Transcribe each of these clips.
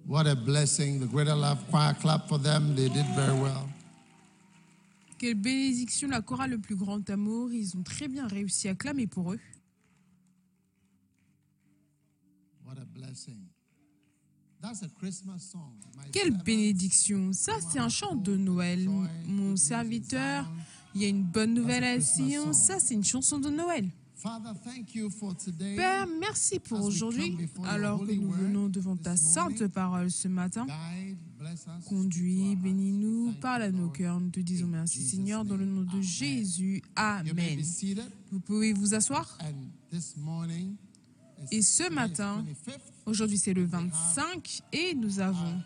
What a blessing. The Greater Love Choir, clap for them. They did very well. Quelle bénédiction, la chorale Le Plus Grand Amour. Ils ont très bien réussi à clamer pour eux. What a blessing. That's a Christmas song. Quelle bénédiction. Ça, c'est un chant de Noël. Mon serviteur, il y a une bonne nouvelle à Sion. Ça, c'est une chanson de Noël. Father, thank you for today. Père, merci pour aujourd'hui. Alors que nous venons devant ta sainte parole ce matin, Guide, bless us. conduis, bénis-nous, parle à nos cœurs. Nous te disons merci, Seigneur, dans le nom de Jésus. You may Amen. be seated. Vous pouvez vous asseoir. And this morning Et ce matin, aujourd'hui c'est le 25, et nous avons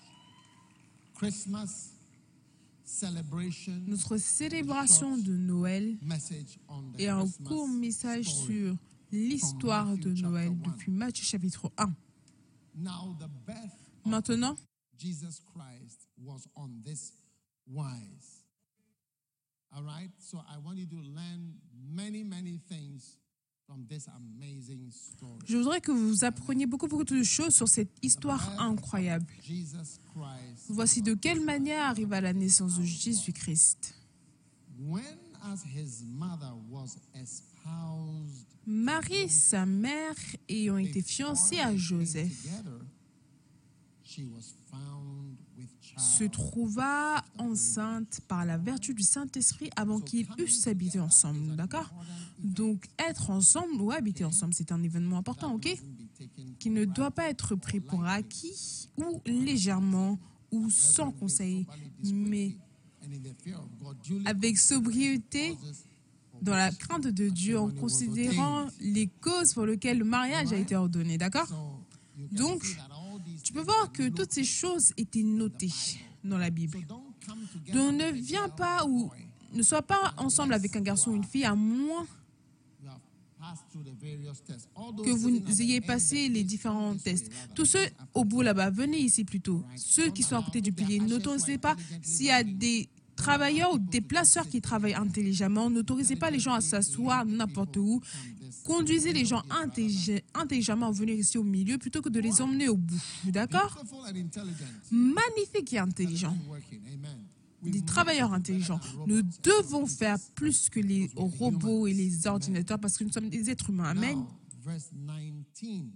Christmas celebration notre célébration de Noël message on the et un Christmas court message story. sur l'histoire de Noël depuis Matthieu chapitre 1. Now the birth of Maintenant, Jesus Christ was on this wise. All right? So I want you to learn many things from this amazing story. je voudrais que vous appreniez beaucoup de choses sur cette histoire incroyable. Jesus Christ. Voici de quelle manière arriva la naissance de Jésus-Christ. When as his mother was espoused Marie, sa mère, ayant été fiancée à Joseph, together, she was found with se child. trouva enceinte par la vertu du Saint-Esprit avant qu'ils eussent habité ensemble, d'accord? Donc, être ensemble ou habiter ensemble, c'est un événement important, ok? Qui ne doit pas être pris pour acquis ou légèrement ou sans conseil, mais And in the fear of God, duly avec sobriété, dans la crainte de Dieu, en considérant les causes pour lesquelles le mariage a été ordonné, d'accord? so you can Donc, see that all these tu peux voir que toutes ces choses étaient notées dans la Bible. don't come together. Donc, ne viens pas ou ne sois pas ensemble avec un garçon ou une fille, à moins You have passed through the various tests. All que those vous sitting at the ayez end passé that les face différents this way, tests. rather, Tous ceux au bout là-bas, venez ici plutôt. Ceux qui sont à côté du pilier, n'autorisez pas, s'il y a des travailleurs ou des placeurs qui travaillent intelligemment, n'autorisez pas les gens à s'asseoir n'importe où. Conduisez les gens intelligemment à venir ici au milieu plutôt que de les emmener au bout. D'accord? beautiful and intelligent. Magnifique et intelligent. Working. Amen. Des travailleurs intelligents. Nous devons faire plus que les robots et les ordinateurs parce que nous sommes des êtres humains. Amen. Now, verse 19.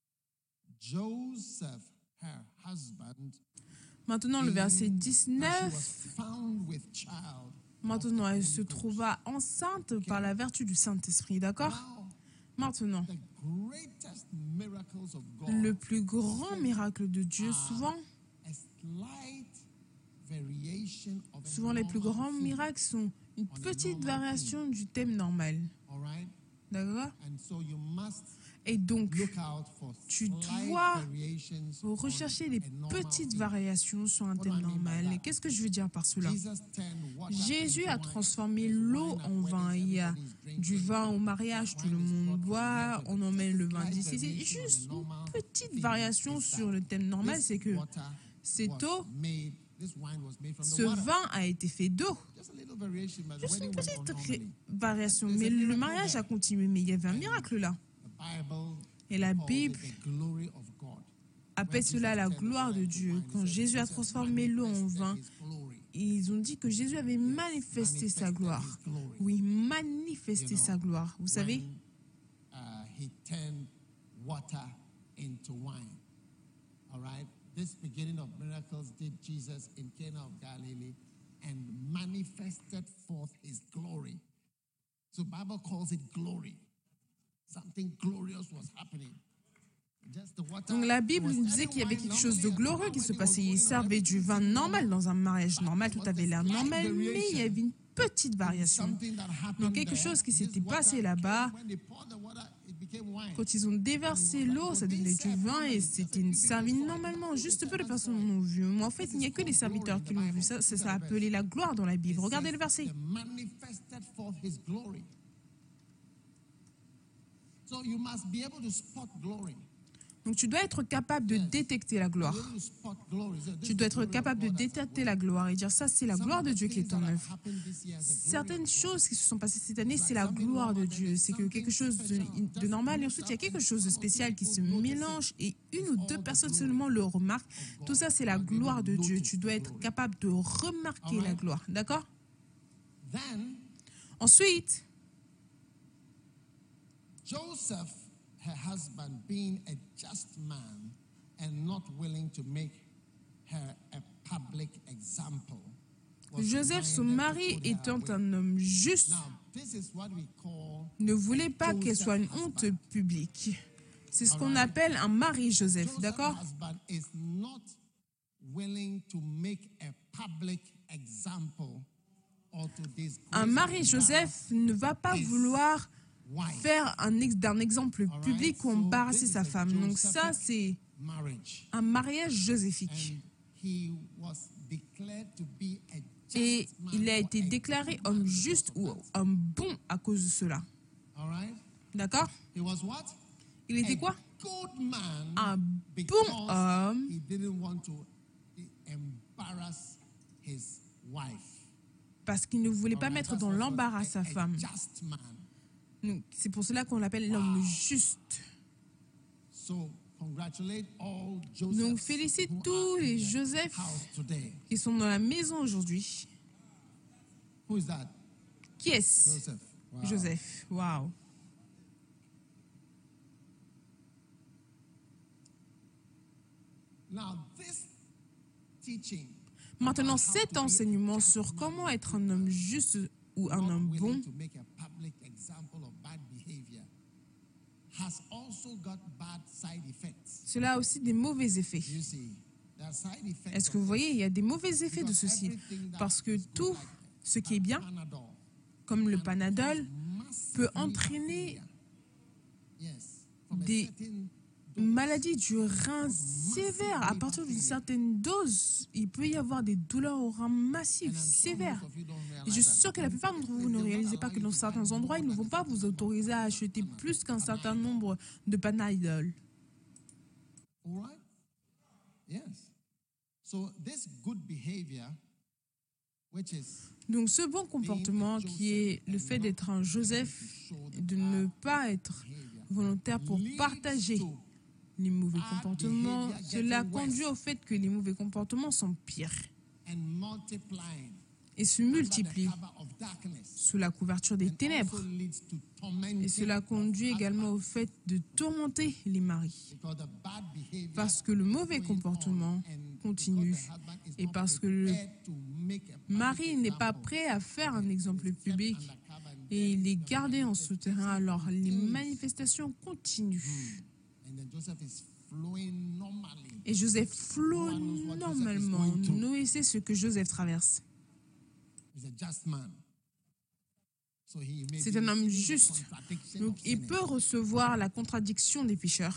Joseph, her husband, Maintenant, le verset and she 19. was found with child. Maintenant, elle se trouva enceinte par la vertu du Saint-Esprit. D'accord? Now, Maintenant, the greatest miracles of God, le plus grand miracle de Dieu, souvent a slight variation of a Souvent, les plus normal grands theme. miracles sont une petite variation du thème normal. All right? D'accord? And so you must Et donc, look out for tu slight dois variations on rechercher les a normal petites theme. variations sur un thème normal. Et qu'est-ce que je veux dire par cela? Jesus turned water Jésus into a wine. transformé l'eau en vin. Il y a du vin au mariage, tout le monde boit, on emmène le vin d'ici. C'est juste une petite variation sur le thème normal, c'est que cette eau, ce vin a été fait d'eau. Juste une petite variation. Mais le mariage a continué, mais il y avait un miracle là. Et la Bible appelle cela la gloire de Dieu. Quand Jésus a transformé l'eau en vin, ils ont dit que Jésus avait manifesté sa gloire. Oui, manifesté sa gloire. Vous savez, He turned water into wine. All right? This beginning of miracles did Jesus in Cana of Galilee and manifested forth his glory. So Bible calls it glory. Something glorious was happening. Just the water donc la Bible was nous disait qu'il y avait quelque chose de glorieux qui se passait. Il servait du vin normal dans un mariage normal, tout avait l'air normal, mais il y avait une petite variation. something that happened Donc quelque there. chose qui This s'était water passé là-bas, when they poured the water, it became wine. quand ils ont déversé l'eau, ça devenait du vin et c'était servi normalement. Juste peu de personnes l'ont vu. Mais en fait, il n'y a que les serviteurs qui l'ont vu. Ça, c'est ça appelé la gloire dans la Bible. Regardez le verset. They manifested forth his glory. So you must be able to spot glory. Donc, tu dois être capable de détecter la gloire. Tu dois être capable de détecter la gloire et dire ça, c'est la gloire de Dieu qui est en œuvre. Certaines choses qui se sont passées cette année, c'est la gloire de Dieu. C'est que quelque chose de normal et ensuite il y a quelque chose de spécial qui se mélange et une ou deux personnes seulement le remarquent. Tout ça, c'est la gloire de Dieu. Tu dois être capable de remarquer la gloire. D'accord? Ensuite, Joseph, her husband, being a just man and not willing to make her a public example. Joseph, son mari, étant un homme juste, ne voulait pas qu'elle soit une honte publique. C'est ce qu'on appelle un mari Joseph, d'accord? Un mari Joseph ne va pas vouloir faire d'un exemple public ou embarrasser sa femme. Donc ça, c'est un mariage joséphique. Et il a été déclaré homme juste ou homme bon à cause de cela. D'accord? Il était quoi? Un bon homme. Parce qu'il ne voulait pas mettre dans l'embarras sa femme. C'est pour cela qu'on l'appelle l'homme juste. Donc félicite tous les Joseph qui sont dans la maison aujourd'hui. Qui est-ce? Joseph. Wow. Maintenant, cet enseignement sur comment être un homme juste ou un homme bon cela a aussi des mauvais effets. Est-ce que vous voyez, il y a des mauvais effets de ceci? Parce que tout ce qui est bien, comme le Panadol, peut entraîner des maladies du rein sévères. À partir d'une certaine dose, il peut y avoir des douleurs au rein massives, sévères. Et je suis sûre que la plupart d'entre vous ne réalisez pas que dans certains endroits, ils ne vont pas vous autoriser à acheter plus qu'un certain nombre de Panadol. Donc ce bon comportement qui est le fait d'être un Joseph, de ne pas être volontaire pour partager les mauvais comportements, cela conduit au fait que les mauvais comportements sont pires et se multiplient sous la couverture des ténèbres. Et cela conduit également au fait de tourmenter les maris. Parce que le mauvais comportement continue et parce que le mari n'est pas prêt à faire un exemple public et il est gardé en souterrain, alors les manifestations continuent. Et Joseph flot normalement. Noé sait ce que Joseph traverse. C'est un homme juste. Donc il peut recevoir la contradiction des pécheurs.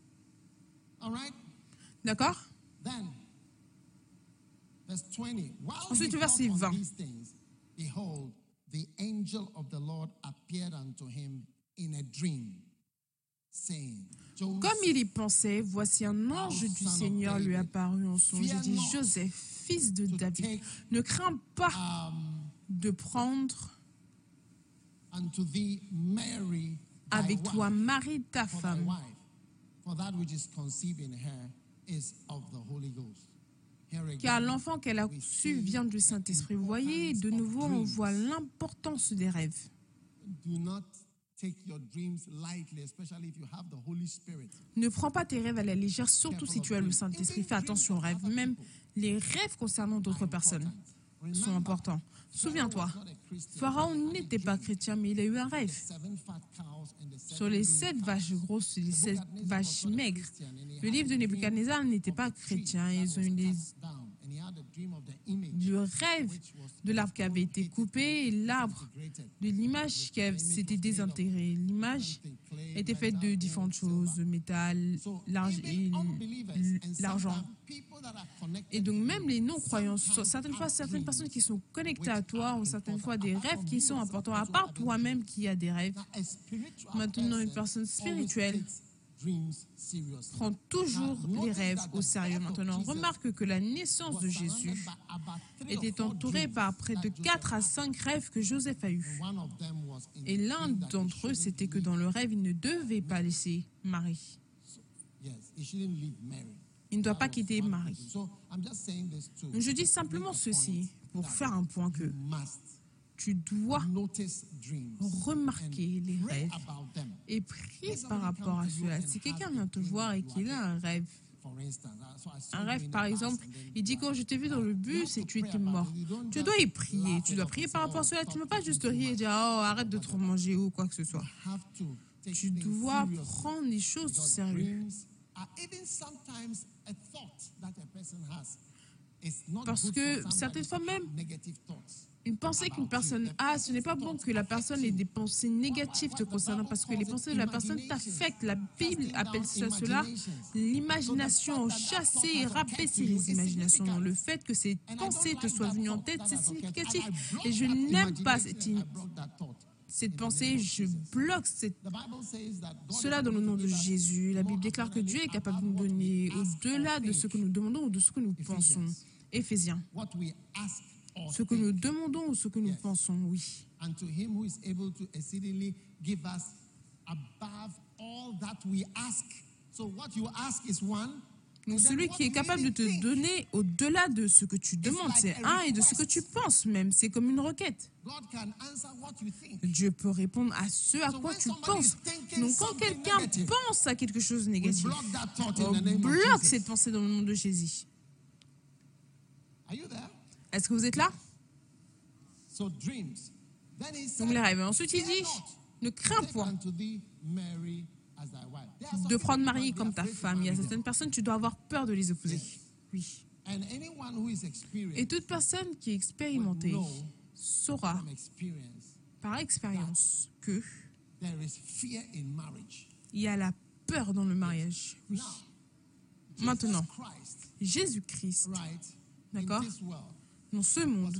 D'accord? Ensuite, verset 20. The angel of the Lord appeared unto him in a dream, saying, comme il y pensait, voici un ange du Seigneur lui apparut en songe et dit, Joseph, fils de David, ne crains pas de prendre avec toi Marie, ta femme, car l'enfant qu'elle a conçu vient du Saint-Esprit. Vous voyez, de nouveau, on voit l'importance des rêves. Ne prends pas tes rêves à la légère, surtout si tu as le Saint-Esprit. Fais attention aux rêves. Même les rêves concernant d'autres personnes sont importants. Souviens-toi, Pharaon n'était pas chrétien, mais il a eu un rêve. Sur les 7 vaches grosses et les 7 vaches maigres, le livre de Nebuchadnezzar n'était pas chrétien. Ils ont eu le rêve de l'arbre qui avait été coupé et l'arbre de l'image qui s'était désintégrée. L'image était faite de différentes choses, de métal, l'argent. Et donc même les non-croyants, certaines fois, certaines personnes qui sont connectées à toi ont certaines fois des rêves qui sont importants, à part toi-même qui a des rêves. Maintenant, une personne spirituelle prend toujours les rêves au sérieux. Maintenant, remarque que la naissance de Jésus était entourée par près de 4 à 5 rêves que Joseph a eus. Et l'un d'entre eux, c'était que dans le rêve, il ne devait pas laisser Marie. Il ne doit pas quitter Marie. Donc je dis simplement ceci pour faire un point que tu dois remarquer les rêves et prier par rapport à cela. Si quelqu'un vient te voir et qu'il a un rêve, par exemple, il dit que je t'ai vu dans le bus et tu étais mort. Tu dois y prier. Tu dois prier par rapport à cela. Tu ne peux pas juste rire et dire oh, arrête de trop manger ou quoi que ce soit. Tu dois prendre les choses au sérieux. Parce que certaines fois même, une pensée qu'une personne a, ce n'est pas bon que la personne ait des pensées négatives te concernant, parce que les pensées de la personne t'affectent. La Bible appelle cela l'imagination. Chasser et rabaisser les imaginations. Donc, le fait que ces pensées te soient venues en tête, c'est significatif. Et je n'aime pas cette pensée, je bloque cela dans le nom de Jésus. La Bible déclare que Dieu est capable de nous donner au-delà de ce que nous demandons ou de ce que nous pensons. Éphésiens. Ce que nous demandons ou ce que nous pensons, oui. Donc celui qui est capable de te donner au-delà de ce que tu demandes, c'est un, et de ce que tu penses même. C'est comme une requête. Dieu peut répondre à ce à quoi tu penses. Donc quand quelqu'un pense à quelque chose de négatif, on bloque cette pensée dans le nom de Jésus. Est-ce que vous êtes là? Donc les rêves. Ensuite il dit, ne crains point de prendre Marie comme ta femme. Il y a certaines personnes, tu dois avoir peur de les épouser. Oui. Et toute personne qui est expérimentée saura par expérience que il y a la peur dans le mariage. Oui. Maintenant, Jésus-Christ, d'accord, dans ce monde,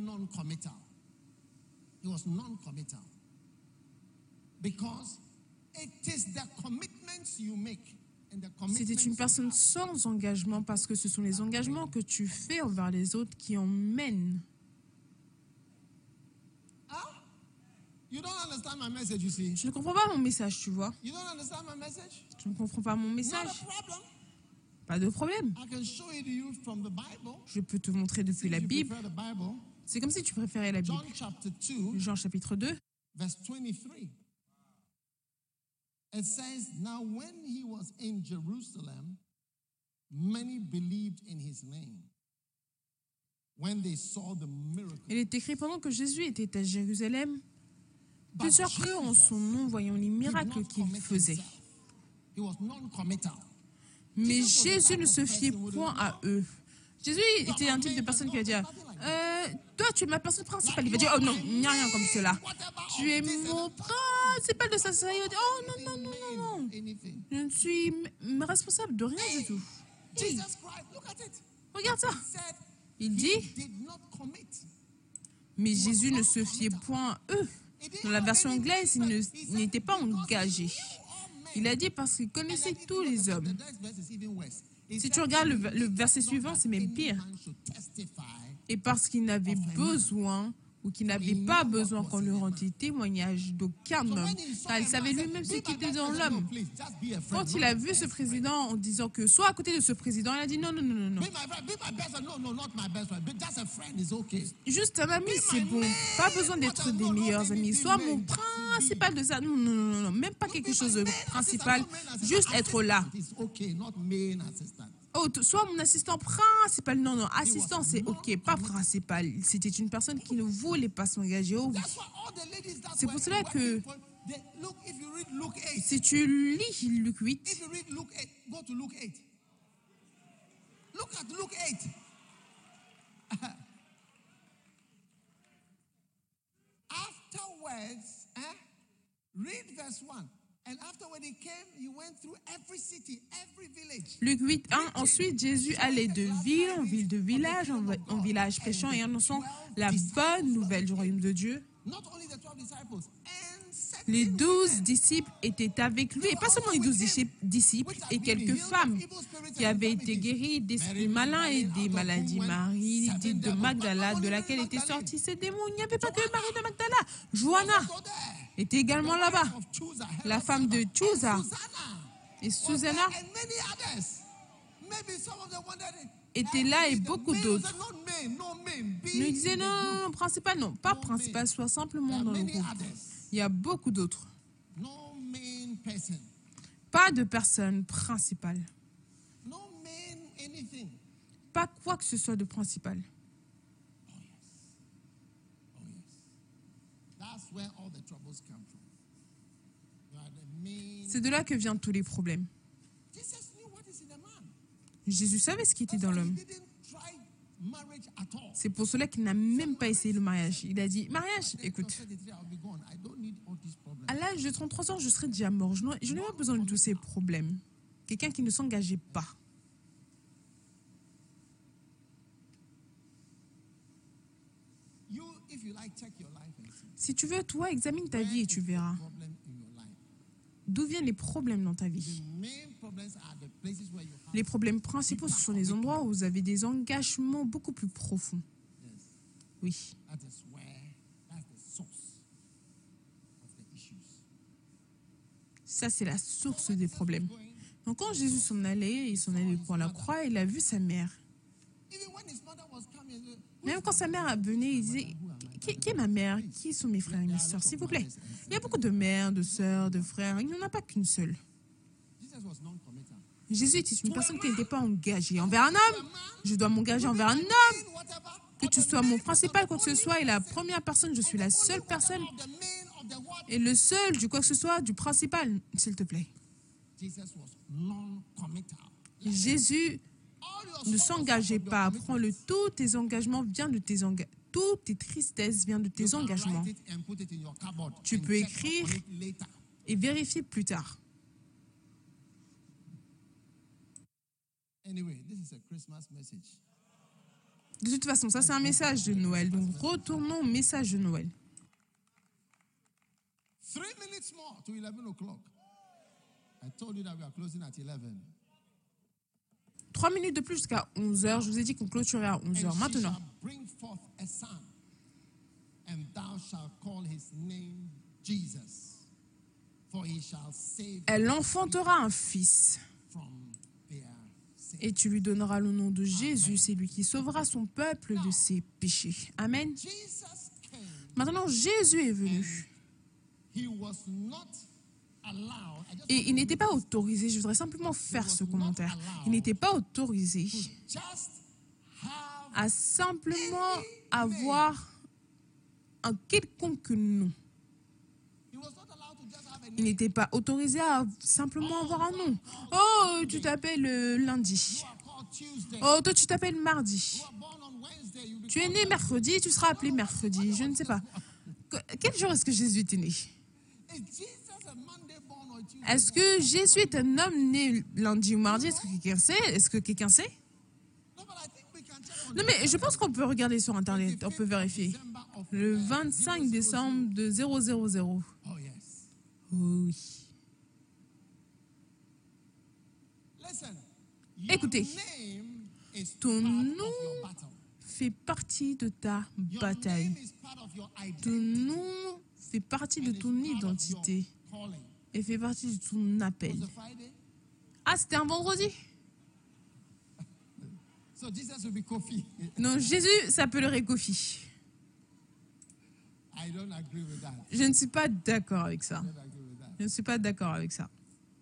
c'était une personne sans engagement, parce que ce sont les engagements que tu fais envers les autres qui emmènent. Je ne comprends pas mon message, tu vois. Tu ne comprends pas mon message? Pas de problème. Je peux te montrer depuis la Bible. C'est comme si tu préférais la Bible. Jean chapitre 2. It says, now when he was in Jerusalem, many believed in his name. When they saw the miracle. Il est écrit, pendant que Jésus était à Jérusalem, plusieurs crurent en son nom, voyant les miracles qu'il faisait. Mais Jésus ne se fiait point à eux. Jésus était un type de personne qui va dire, toi tu es ma personne principale. Il va dire, oh non, il n'y a rien comme cela. Tu es mon principal de sa sacerdoce. Oh non, non, non, non, non. Je ne suis responsable de rien du tout. Hey. Regarde ça. Il dit, mais Jésus ne se fiait point à eux. Dans la version anglaise, il n'était pas engagé. Il a dit parce qu'il connaissait tous les hommes. Si tu regardes le verset suivant, c'est même pire. Et parce qu'il n'avait besoin ou qu'il n'avait pas besoin qu'on lui rendît témoignage d'aucun homme, car il savait lui-même ce qui était dans l'homme. Quand il a vu ce président en disant que soit à côté de ce président, il a dit non, non, non, non, non. Juste un ami, c'est bon. Pas besoin d'être des meilleurs amis. Soit mon principal de ça. Non, non, non, non. Même pas quelque chose de principal. Juste être là. Oh, soit mon assistant principal. Non, non, assistant, c'est ok, pas principal. C'était une personne qui ne voulait pas s'engager. Oh, oui. C'est pour cela que si tu lis Luc 8, look at Luke 8. Afterwards, read verse 1. And afterward he came, he went through every city, every village. Luc 8, 1. Ensuite, Jésus allait de ville en ville, de village en village, prêchant et annonçant la bonne nouvelle du royaume de Dieu. Not only the 12 disciples, and Les 12 disciples étaient avec lui, et pas seulement les 12 disciples, et quelques femmes qui avaient été guéries d'esprits malins et des maladies. Marie, dite de Magdala, de laquelle étaient sortis ces démons. Il n'y avait pas que Marie de Magdala. Johanna était également là-bas, la femme de Chuza et Susanna étaient là et beaucoup d'autres. Nous disaient non, principal, non, pas principal, soit simplement dans le groupe. Il y a beaucoup d'autres. Pas de personne principale. Pas quoi que ce soit de principal. C'est de là que viennent tous les problèmes. Jésus savait ce qui était dans l'homme. C'est pour cela qu'il n'a même pas essayé le mariage. Il a dit, mariage, écoute, à l'âge de 33 ans, je serai déjà mort. Je n'ai pas besoin de tous ces problèmes. Quelqu'un qui ne s'engageait pas. Si tu veux, toi, examine ta vie et tu verras. D'où viennent les problèmes dans ta vie? Les problèmes principaux, ce sont les endroits où vous avez des engagements beaucoup plus profonds. Oui. Ça, c'est la source des problèmes. Donc, quand Jésus s'en allait, il s'en allait pour la croix, il a vu sa mère. Même quand sa mère venait, il disait, qui est ma mère? Qui sont mes frères et mes sœurs? S'il vous plaît. Il y a beaucoup de mères, de sœurs, de frères. Il n'y en a pas qu'une seule. Jésus était une personne qui n'était pas engagée. Envers un homme, je dois m'engager envers un homme. Que tu sois mon principal, quoi que ce soit, et la première personne, je suis la seule personne. Et le seul du quoi que ce soit, du principal, s'il te plaît. Jésus ne s'engageait pas. Prends-le. Tous tes engagements viennent de tes engagements. Toutes tes tristesses viennent de tes engagements. Tu peux écrire et vérifier plus tard. De toute façon, ça c'est un message de Noël. Donc retournons au message de Noël. 3 minutes more to 11 o'clock. I told you that we are closing at 11. 3 minutes de plus jusqu'à 11h. Je vous ai dit qu'on clôturait à 11h. Maintenant. Elle enfantera un fils. Et tu lui donneras le nom de Jésus. C'est lui qui sauvera son peuple de ses péchés. Amen. Maintenant, Jésus est venu. Et il n'était pas autorisé, je voudrais simplement faire ce commentaire, il n'était pas autorisé à simplement avoir un quelconque nom. Il n'était pas autorisé à simplement avoir un nom. Oh, tu t'appelles lundi. Oh, toi tu t'appelles mardi. Tu es né mercredi, tu seras appelé mercredi, je ne sais pas. Quel jour est-ce que Jésus était né? Est-ce que Jésus est un homme né lundi ou mardi? Est-ce que quelqu'un sait? Est-ce que quelqu'un sait? Non, mais je pense qu'on peut regarder sur Internet, on peut vérifier. Le 25 décembre de 000. Oh oui. Écoutez, ton nom fait partie de ta bataille. Ton nom fait partie de ton identité et fait partie de ton appel. Ah, c'était un vendredi? Non, Jésus s'appellerait Kofi. Je ne suis pas d'accord avec ça. Je ne suis pas d'accord avec ça.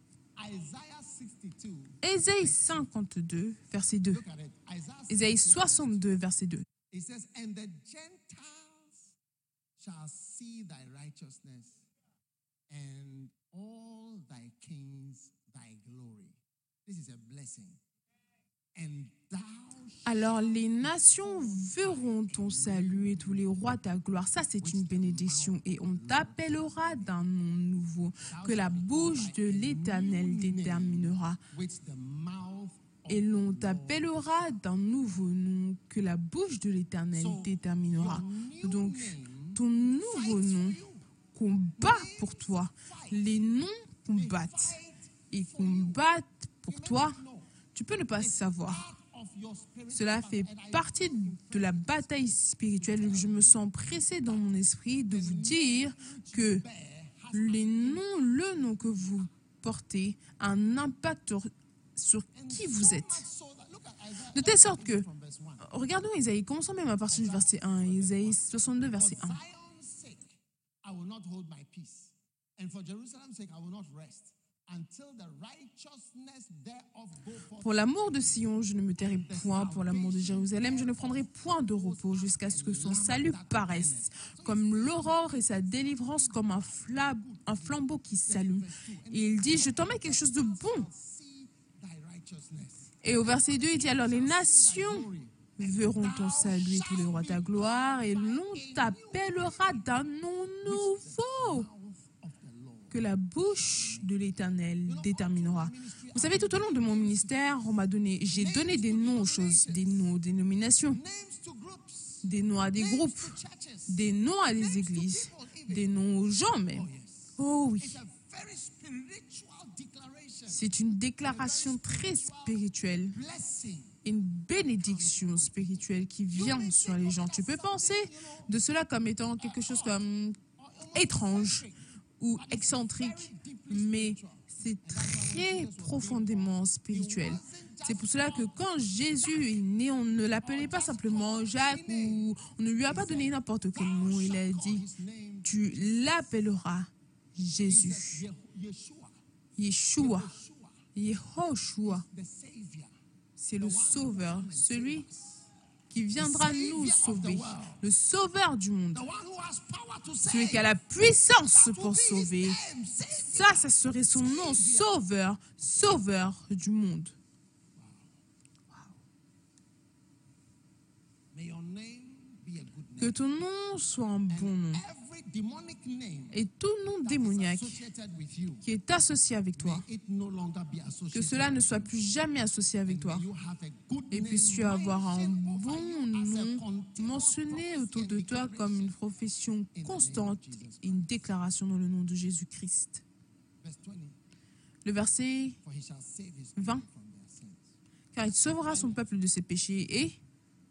Ésaïe 52, verset 2. Ésaïe 62, verset 2. It says, and the Gentiles shall see thy righteousness, and all thy kings thy glory. This is a blessing. And thou Alors les nations verront ton salut et tous les rois ta gloire. Ça, c'est une bénédiction. Et on t'appellera d'un nom nouveau que la bouche de l'Éternel déterminera. Et l'on t'appellera d'un nouveau nom que la bouche de l'Éternel déterminera. Donc, ton nouveau nom combat pour toi. Les noms combattent. Ils combattent pour toi. Tu peux ne pas savoir. Cela fait partie de la bataille spirituelle. Je me sens pressé dans mon esprit de vous dire que le nom que vous portez a un impact sur qui vous êtes. De telle sorte que, regardons Isaïe, commençons même à partir du verset 1, Isaïe 62, verset 1. Pour l'amour de Sion, je ne me tairai point. Pour l'amour de Jérusalem, je ne prendrai point de repos jusqu'à ce que son salut paraisse, comme l'aurore et sa délivrance comme un flambeau qui s'allume. Et il dit, je t'en mets quelque chose de bon. Et au verset 2, il dit, alors les nations verront ton salut et tous les rois ta gloire, et l'on t'appellera d'un nom nouveau que la bouche de l'Éternel déterminera. Vous savez, tout au long de mon ministère, j'ai donné des noms aux choses, des noms aux dénominations, des noms à des groupes, des noms à des églises, des noms aux gens même. Oh oui. C'est une déclaration très spirituelle, une bénédiction spirituelle qui vient sur les gens. Tu peux penser de cela comme étant quelque chose comme étrange ou excentrique, mais c'est très profondément spirituel. C'est pour cela que quand Jésus est né, on ne l'appelait pas simplement Jacques ou on ne lui a pas donné n'importe quel nom. Il a dit, tu l'appelleras Jésus, Yeshua, Yehoshua. C'est le Sauveur, celui qui viendra nous sauver, le Sauveur du monde, celui qui a la puissance pour sauver. Ça serait son nom, Sauveur, Sauveur du monde. Que ton nom soit un bon nom. Et tout nom démoniaque qui est associé avec toi, que cela ne soit plus jamais associé avec toi. Et puisses-tu avoir un bon nom mentionné autour de toi comme une profession constante et une déclaration dans le nom de Jésus-Christ. Le verset 20. Car il sauvera son peuple de ses péchés. Et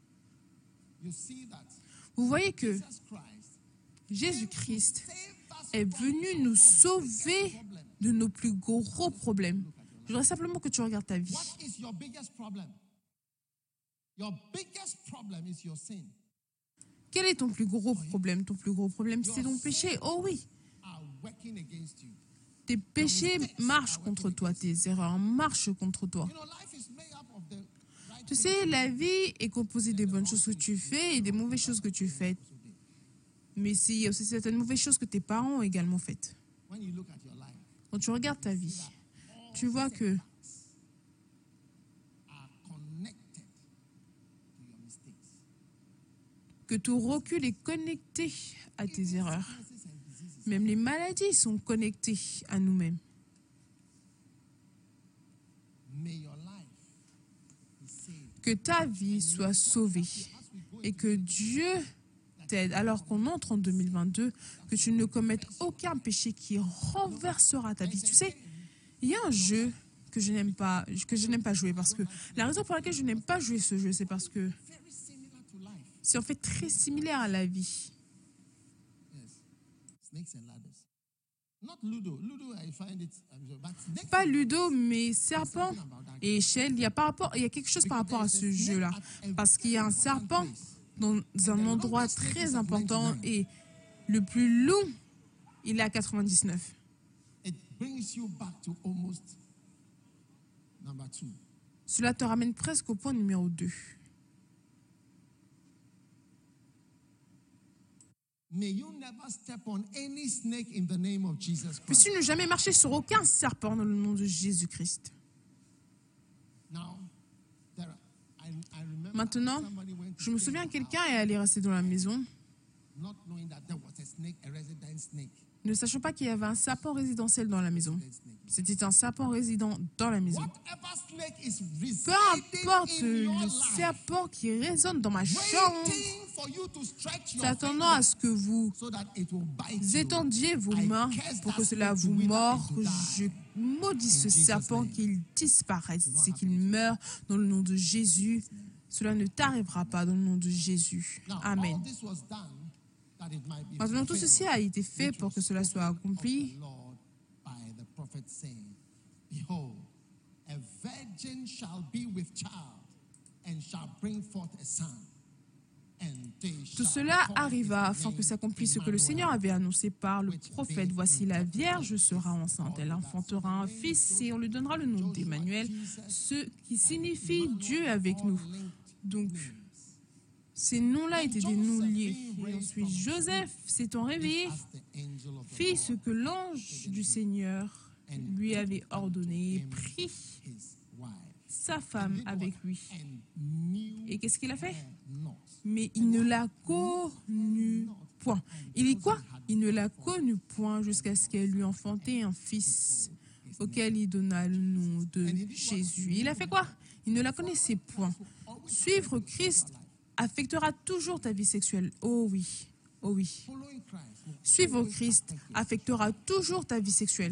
vous voyez que Jésus-Christ est venu nous sauver de nos plus gros problèmes. Je voudrais simplement que tu regardes ta vie. Quel est ton plus gros problème? Ton plus gros problème, c'est ton péché. Oh oui. Tes péchés marchent contre toi, tes erreurs marchent contre toi. Tu sais, la vie est composée des bonnes choses que tu fais et des mauvaises choses que tu fais. Mais il y a aussi certaines mauvaises choses que tes parents ont également faites. Quand tu regardes ta vie, tu vois que ton recul est connecté à tes erreurs. Même les maladies sont connectées à nous-mêmes. Que ta vie soit sauvée et que Dieu t'aide, alors qu'on entre en 2022, que tu ne commettes aucun péché qui renversera ta vie. Tu sais, il y a un jeu que je n'aime pas jouer parce que la raison pour laquelle je n'aime pas jouer ce jeu, c'est parce que c'est en fait très similaire à la vie. Pas Ludo, mais serpent et échelle. Il y a quelque chose par rapport à ce jeu-là. Parce qu'il y a un serpent dans un endroit très important et le plus long, il est à 99. Cela te ramène presque au point numéro 2. Puisses-tu ne jamais marcher sur aucun serpent dans le nom de Jésus-Christ. Maintenant, je me souviens, quelqu'un est allé rester dans la maison, ne sachant pas qu'il y avait un serpent résidentiel dans la maison. C'était un serpent résident dans la maison. Peu importe le serpent qui résonne dans ma chambre, s'attendant à ce que vous étendiez vos mains pour que cela vous morde. Je maudis ce serpent, qu'il disparaisse et qu'il meure dans le nom de Jésus. Cela ne t'arrivera pas dans le nom de Jésus. Amen. Maintenant, tout ceci a été fait pour que cela soit accompli. Tout cela arriva afin que s'accomplisse ce que le Seigneur avait annoncé par le prophète. Voici, la Vierge sera enceinte, elle enfantera un fils et on lui donnera le nom d'Emmanuel, ce qui signifie Dieu avec nous. Donc, ces noms-là étaient des noms liés. Et ensuite, Joseph s'étant réveillé, fit ce que l'ange du Seigneur lui avait ordonné et prit sa femme avec lui. Et qu'est-ce qu'il a fait? Mais il ne la connut point. Il dit quoi? Il ne la connut point jusqu'à ce qu'elle lui enfantait un fils auquel il donna le nom de Jésus. Il a fait quoi? Il ne la connaissait point. Suivre Christ affectera toujours ta vie sexuelle. Oh oui, oh oui. Suivre Christ affectera toujours ta vie sexuelle.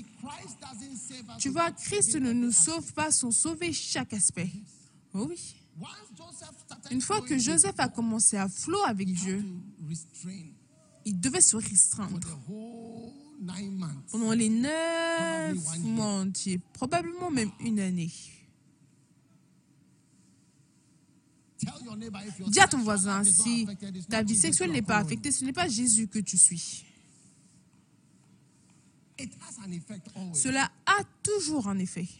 Tu vois, Christ ne nous sauve pas sans sauver chaque aspect. Oh oui. Une fois que Joseph a commencé à flot avec Dieu, il devait se restreindre pendant les 9 mois entiers, probablement même une année. Dis à ton voisin, si ta vie sexuelle n'est pas affectée, ce n'est pas Jésus que tu suis. Cela a toujours un effet.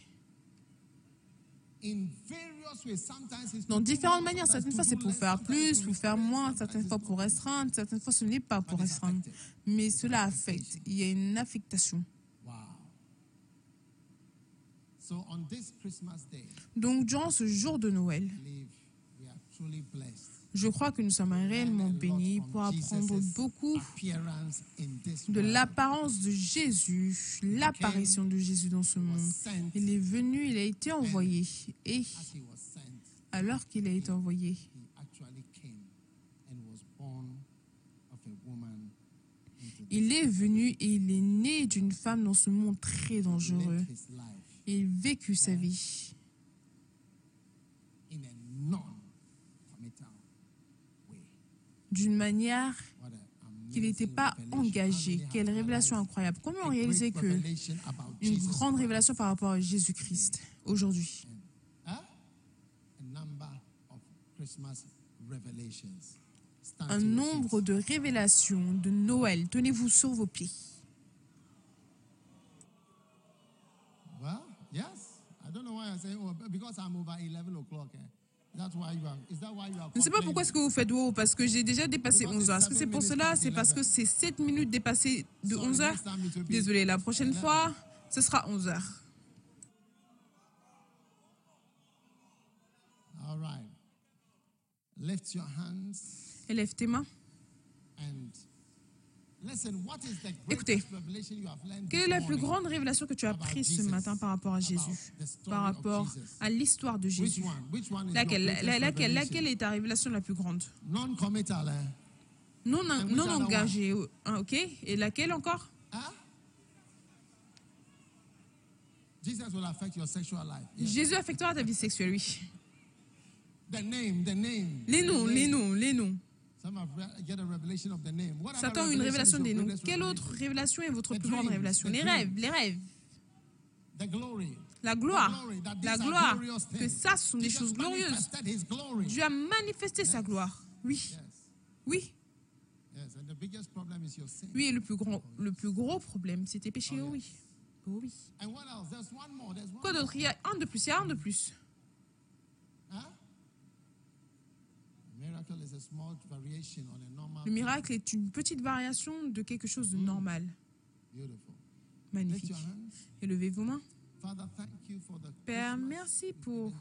Dans différentes manières, certaines fois c'est pour faire plus, pour faire moins, certaines fois pour restreindre, certaines fois ce n'est pas pour restreindre. Mais cela affecte, il y a une affectation. Donc durant ce jour de Noël, je crois que nous sommes réellement bénis pour apprendre beaucoup de l'apparence de Jésus, l'apparition de Jésus dans ce monde. Il est venu, il a été envoyé. Et alors qu'il a été envoyé, il est venu et il est né d'une femme dans ce monde très dangereux. Il vécut sa vie d'une manière qu'il n'était pas engagé. Quelle révélation incroyable. Comment réaliser que une grande révélation par rapport à Jésus-Christ aujourd'hui? Un nombre de révélations de Noël. Tenez-vous sur vos pieds. Yes, I don't know why I say, oh, because I'm over 11 o'clock. Je ne sais pas pourquoi est-ce que vous faites wow, parce que j'ai déjà dépassé 11 heures. Est-ce que c'est pour cela? C'est parce que c'est 7 minutes dépassées de 11 heures? Désolé, la prochaine fois, ce sera 11 heures. All right. Lift your hands. Élève tes mains. Écoutez, quelle est la plus grande révélation que tu as prise ce matin par rapport à Jésus, par rapport à l'histoire de Jésus? Laquelle est ta révélation la plus grande? Non engagée, ok? Et laquelle encore? Jésus affectera ta vie sexuelle, oui. Les noms. Satan a une révélation des noms. Quelle autre révélation est votre plus grande révélation? Les rêves. La gloire. Que ça, ce sont des choses glorieuses. Dieu a manifesté sa gloire. Oui. Oui, et le plus gros problème, c'est tes péchés. Oh oui. Quoi d'autre? Il y a un de plus. Le miracle est une petite variation de quelque chose de normal. Magnifique. Élevez vos mains. Père, merci pour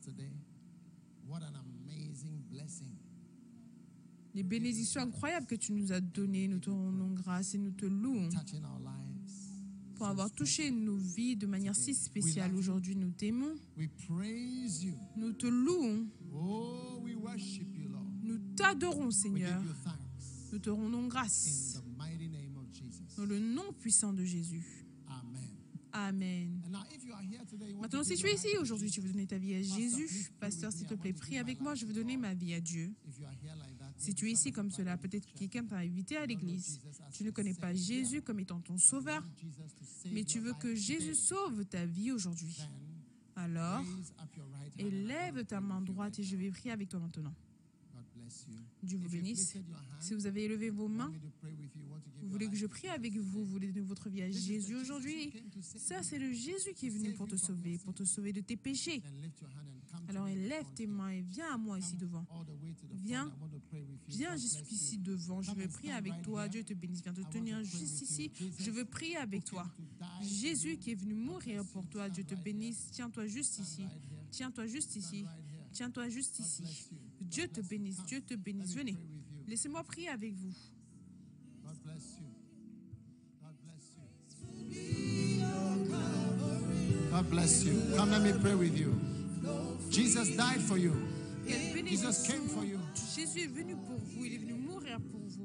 les bénédictions incroyables que tu nous as données. Nous te rendons grâce et nous te louons pour avoir touché nos vies de manière si spéciale. Aujourd'hui, nous t'aimons. Nous te louons. Nous t'adorons, We Seigneur. give you thanks Nous te rendons in grâce the mighty name of Jesus. dans le nom puissant de Jésus. Amen. Amen. And now, if you are here today, you want Maintenant, to si give tu es your ici life to aujourd'hui, tu veux donner ta vie à Jésus, pasteur, s'il te plaît, prie avec moi. Je veux donner ma vie à Dieu. If you are here like that, Si tu es ici comme cela, peut-être que quelqu'un t'a invité à l'église. Tu ne connais pas Jésus comme étant ton sauveur, Jesus to save mais tu your veux life que Jésus today, sauve ta vie aujourd'hui. then Alors, raise up your right hand and I'm élève going to ta pray main with you droite et right je vais prier avec toi maintenant. now. God bless you. Dieu vous If you've bénisse. lifted your hand, Si vous avez élevé vos want mains, me to pray with you, want to give vous your voulez que life je to prie Jesus avec vous, vous voulez donner votre vie à Jésus aujourd'hui. Ça, c'est le Jésus qui est venu pour te sauver de tes péchés. Then lift your hand and come to Alors me in the élève front tes here. mains et viens à moi ici devant. All the way to the Viens. front. I want to pray with you. Viens God bless jusqu'ici you. devant. Je veux prier avec toi. Dieu te bénisse. Viens te tenir juste ici. Je veux prier avec toi. Jésus qui est venu mourir pour toi. Dieu te bénisse. Tiens-toi juste ici. Tiens-toi juste ici. Tiens-toi juste ici. Dieu te bénisse. Dieu te bénisse. Venez. Laissez-moi prier avec vous. God bless you. God bless you. God bless you. Come, let me pray with you. Jesus died for you. Quelle Jesus came bénédiction. for you. Jésus est venu pour vous. Il est venu mourir pour vous.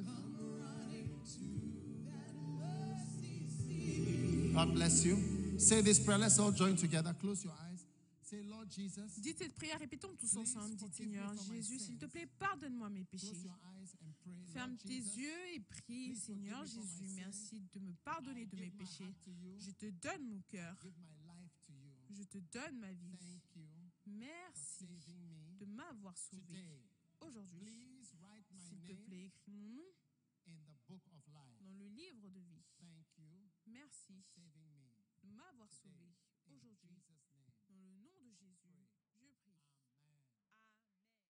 God bless you. Say this prayer. Let's all join together. Close your eyes. Say, Lord Jesus, Dites cette prière, répétons tous ensemble. Dites, Seigneur Jésus, s'il te plaît, pardonne-moi mes close péchés. your eyes and pray. Ferme Lord tes Jesus, yeux et prie, Seigneur Jésus, merci de me pardonner de mes péchés. Je te donne mon cœur. give my life to you. Je te donne ma vie. Thank you for Merci saving me de m'avoir sauvé today. aujourd'hui. Please write my S'il te name plaît, écris mon nom in the book of life. dans le livre de vie. Thank you Merci for saving me de m'avoir sauvé in aujourd'hui. Jesus' name. Dans le nom de Jésus.